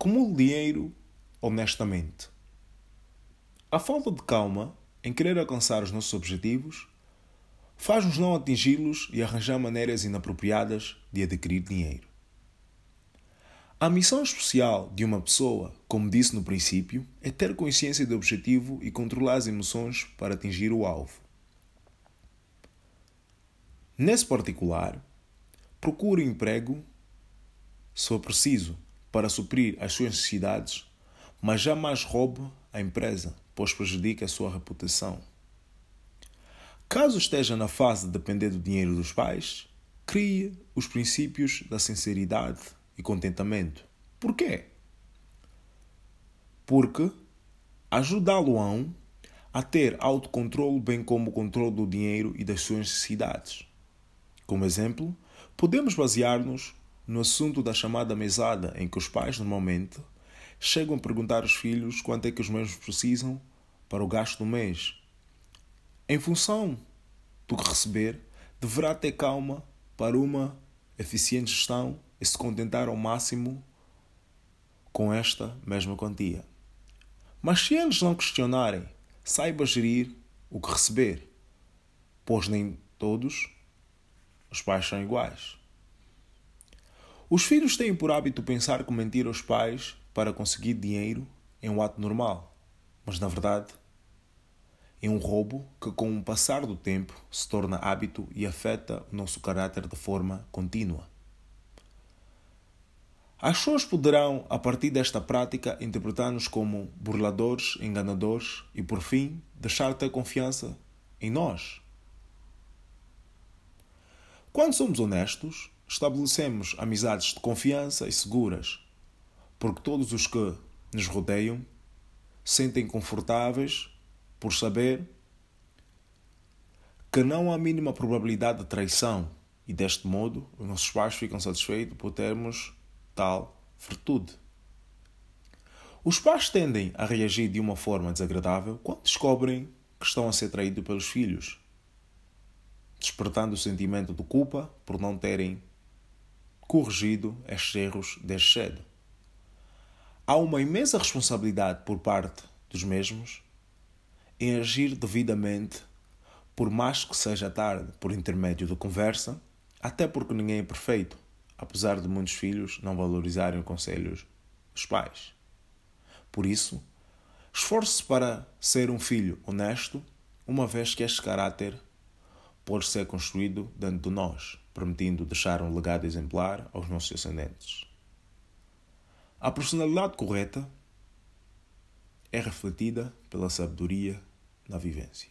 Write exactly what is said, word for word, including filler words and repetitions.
Acumule dinheiro honestamente. A falta de calma em querer alcançar os nossos objetivos faz-nos não atingi-los e arranjar maneiras inapropriadas de adquirir dinheiro. A missão especial de uma pessoa, como disse no princípio, é ter consciência do objetivo e controlar as emoções para atingir o alvo. Nesse particular, procure um emprego, se for preciso, para suprir as suas necessidades, mas jamais roube a empresa, pois prejudica a sua reputação. Caso esteja na fase de depender do dinheiro dos pais, crie os princípios da sinceridade e contentamento. Por quê? Porque ajudá-lo-ão a ter autocontrole bem como o controle do dinheiro e das suas necessidades. Como exemplo, podemos basear-nos no assunto da chamada mesada, em que os pais normalmente chegam a perguntar aos filhos quanto é que os mesmos precisam para o gasto do mês. Em função do que receber, deverá ter calma para uma eficiente gestão e se contentar ao máximo com esta mesma quantia. Mas se eles não questionarem, saiba gerir o que receber, pois nem todos os pais são iguais. Os filhos têm por hábito pensar que mentir aos pais para conseguir dinheiro é um ato normal, mas na verdade é um roubo que com o passar do tempo se torna hábito e afeta o nosso caráter de forma contínua. As pessoas poderão, a partir desta prática, interpretar-nos como burladores, enganadores e, por fim, deixar de ter confiança em nós. Quando somos honestos, estabelecemos amizades de confiança e seguras, porque todos os que nos rodeiam sentem confortáveis por saber que não há mínima probabilidade de traição e, deste modo, os nossos pais ficam satisfeitos por termos tal virtude. Os pais tendem a reagir de uma forma desagradável quando descobrem que estão a ser traídos pelos filhos, despertando o sentimento de culpa por não terem corrigido estes erros desde cedo. Há uma imensa responsabilidade por parte dos mesmos em agir devidamente, por mais que seja tarde, por intermédio de conversa, até porque ninguém é perfeito, apesar de muitos filhos não valorizarem os conselhos dos pais. Por isso, esforce-se para ser um filho honesto, uma vez que este caráter pode ser construído dentro de nós, permitindo deixar um legado exemplar aos nossos descendentes. A personalidade correta é refletida pela sabedoria na vivência.